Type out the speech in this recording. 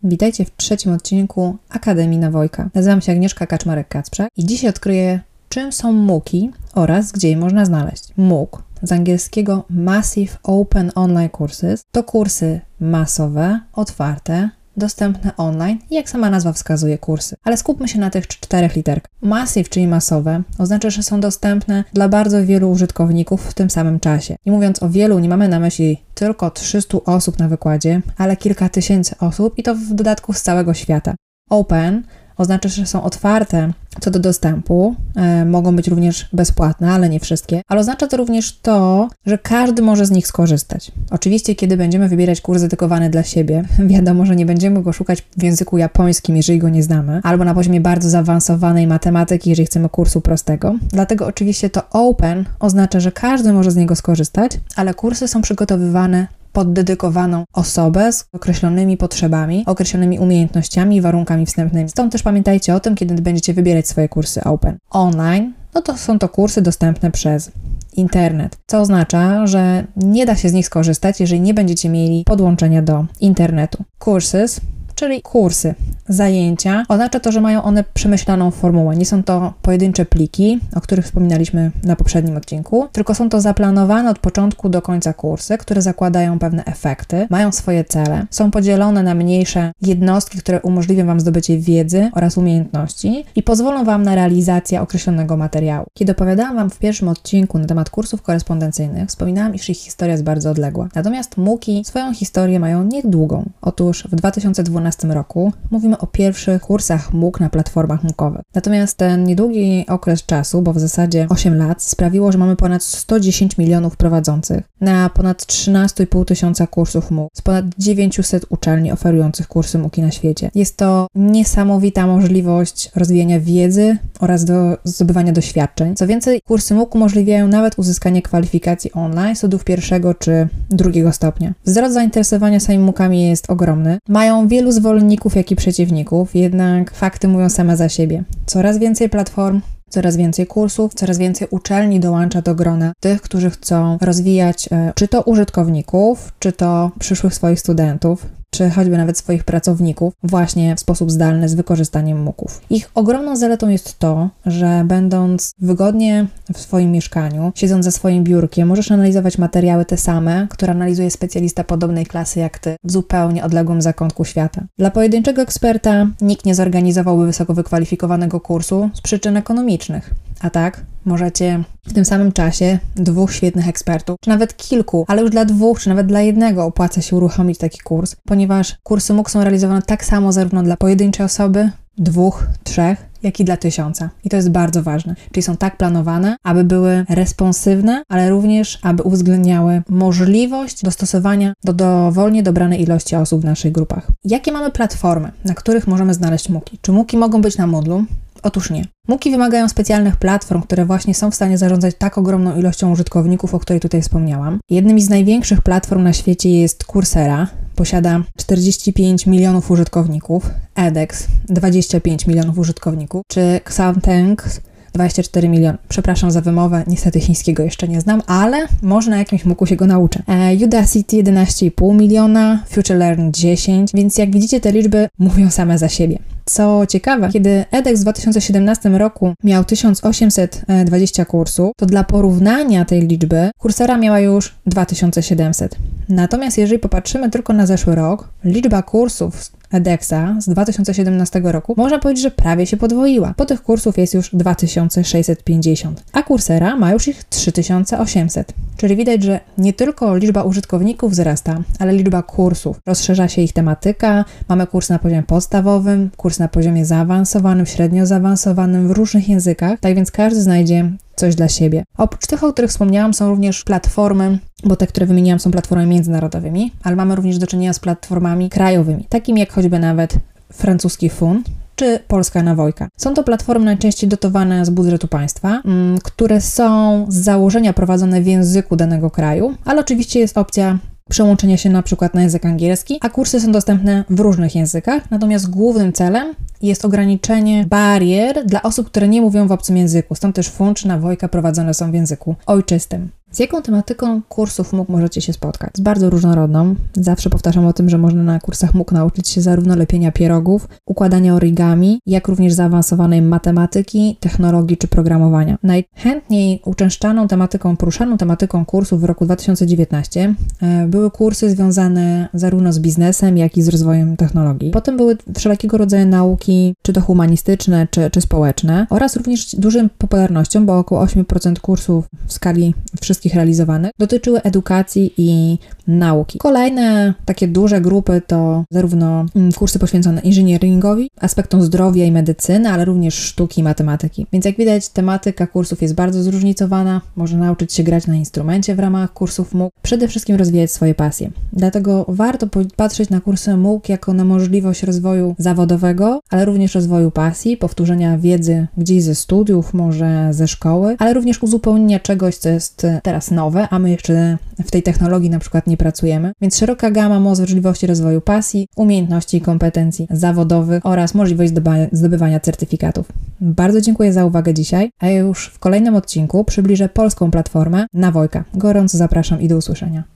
Witajcie w trzecim odcinku Akademii na Wojka. Nazywam się Agnieszka Kaczmarek-Kacprzak i dzisiaj odkryję, czym są MOOCi oraz gdzie je można znaleźć. MOOC z angielskiego Massive Open Online Courses to kursy masowe, otwarte, dostępne online i jak sama nazwa wskazuje kursy. Ale skupmy się na tych 4 literkach. Massive, czyli masowe, oznacza, że są dostępne dla bardzo wielu użytkowników w tym samym czasie. I mówiąc o wielu, nie mamy na myśli tylko 300 osób na wykładzie, ale kilka tysięcy osób i to w dodatku z całego świata. Open oznacza, że są otwarte co do dostępu, mogą być również bezpłatne, ale nie wszystkie, ale oznacza to również to, że każdy może z nich skorzystać. Oczywiście, kiedy będziemy wybierać kurs dedykowany dla siebie, wiadomo, że nie będziemy go szukać w języku japońskim, jeżeli go nie znamy, albo na poziomie bardzo zaawansowanej matematyki, jeżeli chcemy kursu prostego. Dlatego oczywiście to open oznacza, że każdy może z niego skorzystać, ale kursy są przygotowywane pod dedykowaną osobę z określonymi potrzebami, określonymi umiejętnościami i warunkami wstępnymi. Stąd też pamiętajcie o tym, kiedy będziecie wybierać swoje kursy open. Online, to są to kursy dostępne przez internet, co oznacza, że nie da się z nich skorzystać, jeżeli nie będziecie mieli podłączenia do internetu. Courses, czyli kursy, zajęcia, oznacza to, że mają one przemyślaną formułę. Nie są to pojedyncze pliki, o których wspominaliśmy na poprzednim odcinku, tylko są to zaplanowane od początku do końca kursy, które zakładają pewne efekty, mają swoje cele, są podzielone na mniejsze jednostki, które umożliwią Wam zdobycie wiedzy oraz umiejętności i pozwolą Wam na realizację określonego materiału. Kiedy opowiadałam Wam w pierwszym odcinku na temat kursów korespondencyjnych, wspominałam, iż ich historia jest bardzo odległa. Natomiast MOOCi swoją historię mają niedługą. Otóż w 2012 roku mówimy o pierwszych kursach MOOC na platformach MOOCowych. Natomiast ten niedługi okres czasu, bo w zasadzie 8 lat, sprawiło, że mamy ponad 110 milionów prowadzących na ponad 13,5 tysiąca kursów MOOC z ponad 900 uczelni oferujących kursy MOOCi na świecie. Jest to niesamowita możliwość rozwijania wiedzy oraz do zdobywania doświadczeń. Co więcej, kursy MOOC umożliwiają nawet uzyskanie kwalifikacji online studiów 1. czy 2. stopnia. Wzrost zainteresowania samymi MOOCami jest ogromny. Mają wielu zwolenników, jak i przeciwników, jednak fakty mówią same za siebie. Coraz więcej platform, coraz więcej kursów, coraz więcej uczelni dołącza do grona tych, którzy chcą rozwijać czy to użytkowników, czy to przyszłych swoich studentów, czy choćby nawet swoich pracowników właśnie w sposób zdalny z wykorzystaniem MOOCów. Ich ogromną zaletą jest to, że będąc wygodnie w swoim mieszkaniu, siedząc za swoim biurkiem, możesz analizować materiały te same, które analizuje specjalista podobnej klasy jak Ty w zupełnie odległym zakątku świata. Dla pojedynczego eksperta nikt nie zorganizowałby wysoko wykwalifikowanego kursu z przyczyn ekonomicznych. A tak, możecie w tym samym czasie 2 świetnych ekspertów, czy nawet kilku, ale już dla 2, czy nawet dla 1 opłaca się uruchomić taki kurs, ponieważ kursy MOOC są realizowane tak samo zarówno dla pojedynczej osoby, 2, 3, jak i dla 1000. I to jest bardzo ważne. Czyli są tak planowane, aby były responsywne, ale również, aby uwzględniały możliwość dostosowania do dowolnie dobranej ilości osób w naszych grupach. Jakie mamy platformy, na których możemy znaleźć MOOCi? Czy MOOCi mogą być na Moodlu? Otóż nie. MOOCi wymagają specjalnych platform, które właśnie są w stanie zarządzać tak ogromną ilością użytkowników, o której tutaj wspomniałam. Jednym z największych platform na świecie jest Coursera. Posiada 45 milionów użytkowników, edX 25 milionów użytkowników, czy Xantheng 24 miliony. Przepraszam za wymowę, niestety chińskiego jeszcze nie znam, ale może na jakimś MOOCu się go nauczę. Udacity 11,5 miliona, FutureLearn 10, więc jak widzicie, te liczby mówią same za siebie. Co ciekawe, kiedy edX w 2017 roku miał 1820 kursów, to dla porównania tej liczby Coursera miała już 2700. Natomiast jeżeli popatrzymy tylko na zeszły rok, liczba kursów edXa z 2017 roku można powiedzieć, że prawie się podwoiła, bo tych kursów jest już 2650, a Coursera ma już ich 3800. Czyli widać, że nie tylko liczba użytkowników wzrasta, ale liczba kursów. Rozszerza się ich tematyka, mamy kurs na poziomie podstawowym, kurs na poziomie zaawansowanym, średnio zaawansowanym w różnych językach, tak więc każdy znajdzie coś dla siebie. Oprócz tych, o których wspomniałam, są również platformy, bo te, które wymieniłam, są platformami międzynarodowymi, ale mamy również do czynienia z platformami krajowymi, takimi jak choćby nawet francuski Fund czy Polska na Wojka. Są to platformy najczęściej dotowane z budżetu państwa, które są z założenia prowadzone w języku danego kraju, ale oczywiście jest opcja przełączenia się na przykład na język angielski, a kursy są dostępne w różnych językach, natomiast głównym celem jest ograniczenie barier dla osób, które nie mówią w obcym języku. Stąd też Fund czy na Wojka prowadzone są w języku ojczystym. Z jaką tematyką kursów MOOC możecie się spotkać? Z bardzo różnorodną. Zawsze powtarzam o tym, że można na kursach MOOC nauczyć się zarówno lepienia pierogów, układania origami, jak również zaawansowanej matematyki, technologii czy programowania. Najchętniej poruszaną tematyką kursów w roku 2019 były kursy związane zarówno z biznesem, jak i z rozwojem technologii. Potem były wszelkiego rodzaju nauki, czy to humanistyczne, czy społeczne, oraz również dużą popularnością, bo około 8% kursów w skali wszystkich realizowanych dotyczyły edukacji i nauki. Kolejne takie duże grupy to zarówno kursy poświęcone inżynieringowi, aspektom zdrowia i medycyny, ale również sztuki i matematyki. Więc jak widać, tematyka kursów jest bardzo zróżnicowana. Można nauczyć się grać na instrumencie w ramach kursów MOOC, przede wszystkim rozwijać swoje pasje. Dlatego warto patrzeć na kursy MOOC jako na możliwość rozwoju zawodowego, ale również rozwoju pasji, powtórzenia wiedzy gdzieś ze studiów, może ze szkoły, ale również uzupełnienia czegoś, co jest teraz nowe, a my jeszcze w tej technologii na przykład nie pracujemy. Więc szeroka gama możliwości rozwoju pasji, umiejętności i kompetencji zawodowych oraz możliwość zdobywania certyfikatów. Bardzo dziękuję za uwagę dzisiaj, a ja już w kolejnym odcinku przybliżę polską platformę Nawojka. Gorąco zapraszam i do usłyszenia.